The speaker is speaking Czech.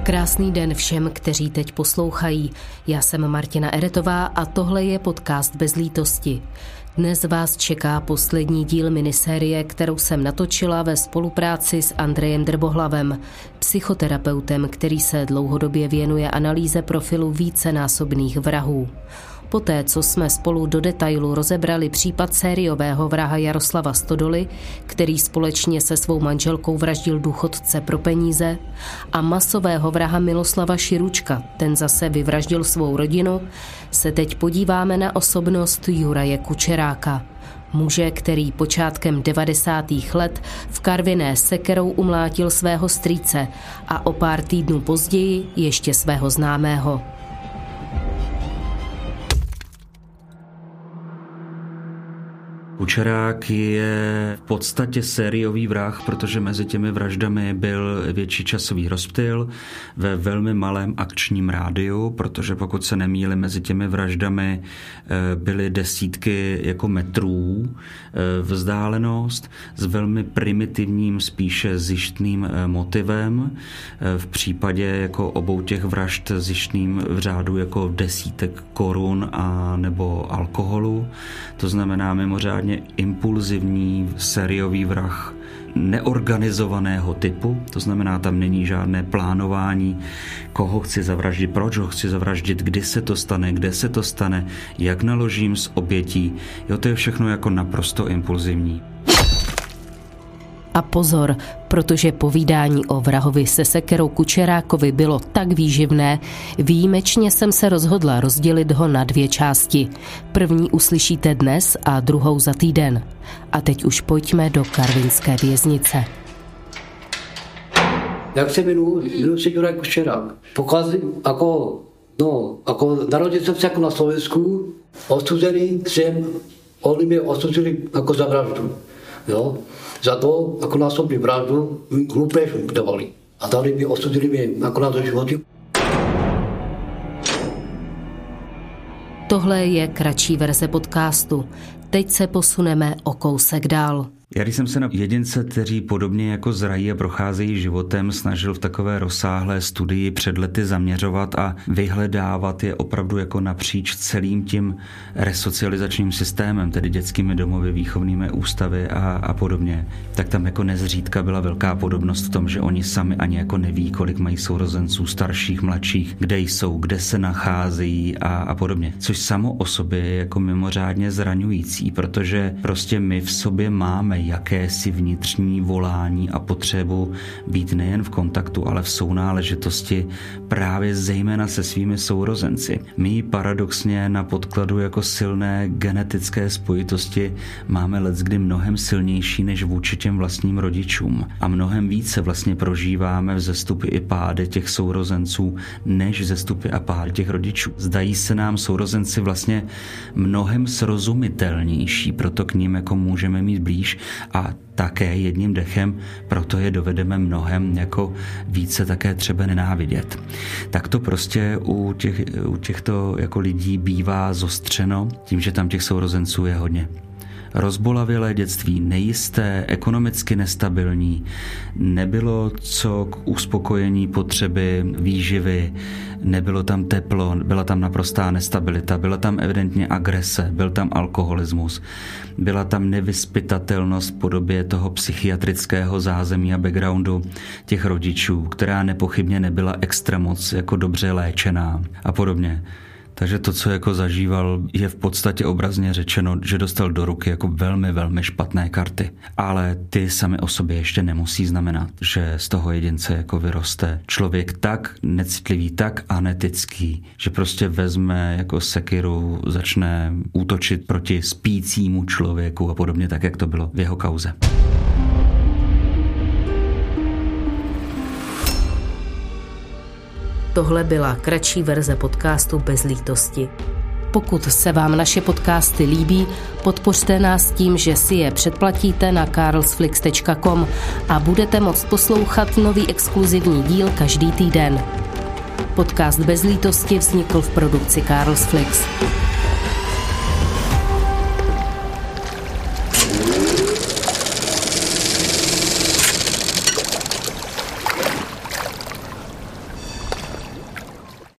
Krásný den všem, kteří teď poslouchají. Já jsem Martina Eretová a tohle je podcast Bez lítosti. Dnes vás čeká poslední díl minisérie, kterou jsem natočila ve spolupráci s Andrejem Drbohlavem, psychoterapeutem, který se dlouhodobě věnuje analýze profilu vícenásobných vrahů. Poté, co jsme spolu do detailu rozebrali případ sériového vraha Jaroslava Stodoly, který společně se svou manželkou vraždil důchodce pro peníze, a masového vraha Miloslava Širučka, ten zase vyvraždil svou rodinu, se teď podíváme na osobnost Juraje Kučeráka. Muže, který počátkem 90. let v Karviné sekerou umlátil svého strýce a o pár týdnů později ještě svého známého. Kučerák je v podstatě sériový vrah, protože mezi těmi vraždami byl větší časový rozptyl ve velmi malém akčním rádiu, protože pokud se nemýlím, mezi těmi vraždami byly desítky jako metrů vzdálenost s velmi primitivním, spíše zištným motivem. V případě jako obou těch vražd zištným v řádu jako desítek korun a nebo alkoholu. To znamená mimořádně impulzivní sériový vrah neorganizovaného typu, to znamená, tam není žádné plánování, koho chci zavraždit, proč ho chci zavraždit, kdy se to stane, kde se to stane, jak naložím s obětí. Jo, to je všechno jako naprosto impulzivní. A pozor, protože povídání o vrahovi se sekerou Kučerákovi bylo tak výživné, výjimečně jsem se rozhodla rozdělit ho na dvě části. První uslyšíte dnes a druhou za týden. A teď už pojďme do karvinské věznice. Jak se jmenuji se Juraj Kučerák. Narodil jsem se jako na Slovensku, odsuzený jsem, oni mě odsudili jako za vraždu. Jo? Za to, jako násobní vraždu, hlupéž dávali. A dali mi, osudili mě jako na to životě. Tohle je kratší verze podcastu. Teď se posuneme o kousek dál. Já když jsem se na jedince, kteří podobně jako zrají a procházejí životem, snažil v takové rozsáhlé studii před lety zaměřovat a vyhledávat je opravdu jako napříč celým tím resocializačním systémem, tedy dětskými domovy, výchovnými ústavy a podobně, tak tam jako nezřídka byla velká podobnost v tom, že oni sami ani jako neví, kolik mají sourozenců, starších, mladších, kde jsou, kde se nacházejí a podobně. Což samo o sobě je jako mimořádně zraňující, protože prostě my v sobě máme jakési vnitřní volání a potřebu být nejen v kontaktu, ale v sounáležitosti právě zejména se svými sourozenci. My paradoxně na podkladu jako silné genetické spojitosti máme leckdy mnohem silnější než vůči těm vlastním rodičům a mnohem více vlastně prožíváme vzestupy i pády těch sourozenců než vzestupy a pády těch rodičů. Zdají se nám sourozenci vlastně mnohem srozumitelnější, proto k ním jako můžeme mít blíž a také jedním dechem, proto je dovedeme mnohem jako více také třeba nenávidět. Tak to prostě u těchto jako lidí bývá zostřeno tím, že tam těch sourozenců je hodně. Rozbolavělé dětství, nejisté, ekonomicky nestabilní, nebylo co k uspokojení potřeby výživy, nebylo tam teplo, byla tam naprostá nestabilita, byla tam evidentně agrese, byl tam alkoholismus, byla tam nevyzpytatelnost v podobě toho psychiatrického zázemí a backgroundu těch rodičů, která nepochybně nebyla extra moc jako dobře léčená a podobně. Takže to, co jako zažíval, je v podstatě obrazně řečeno, že dostal do ruky jako velmi, velmi špatné karty. Ale ty sami o sobě ještě nemusí znamenat, že z toho jedince jako vyroste člověk tak necitlivý, tak anetický, že prostě vezme jako sekiru, začne útočit proti spícímu člověku a podobně, tak jak to bylo v jeho kauze. Tohle byla kratší verze podcastu Bez lítosti. Pokud se vám naše podcasty líbí, podpořte nás tím, že si je předplatíte na carlsflix.com a budete moct poslouchat nový exkluzivní díl každý týden. Podcast Bez lítosti vznikl v produkci Carlsflix.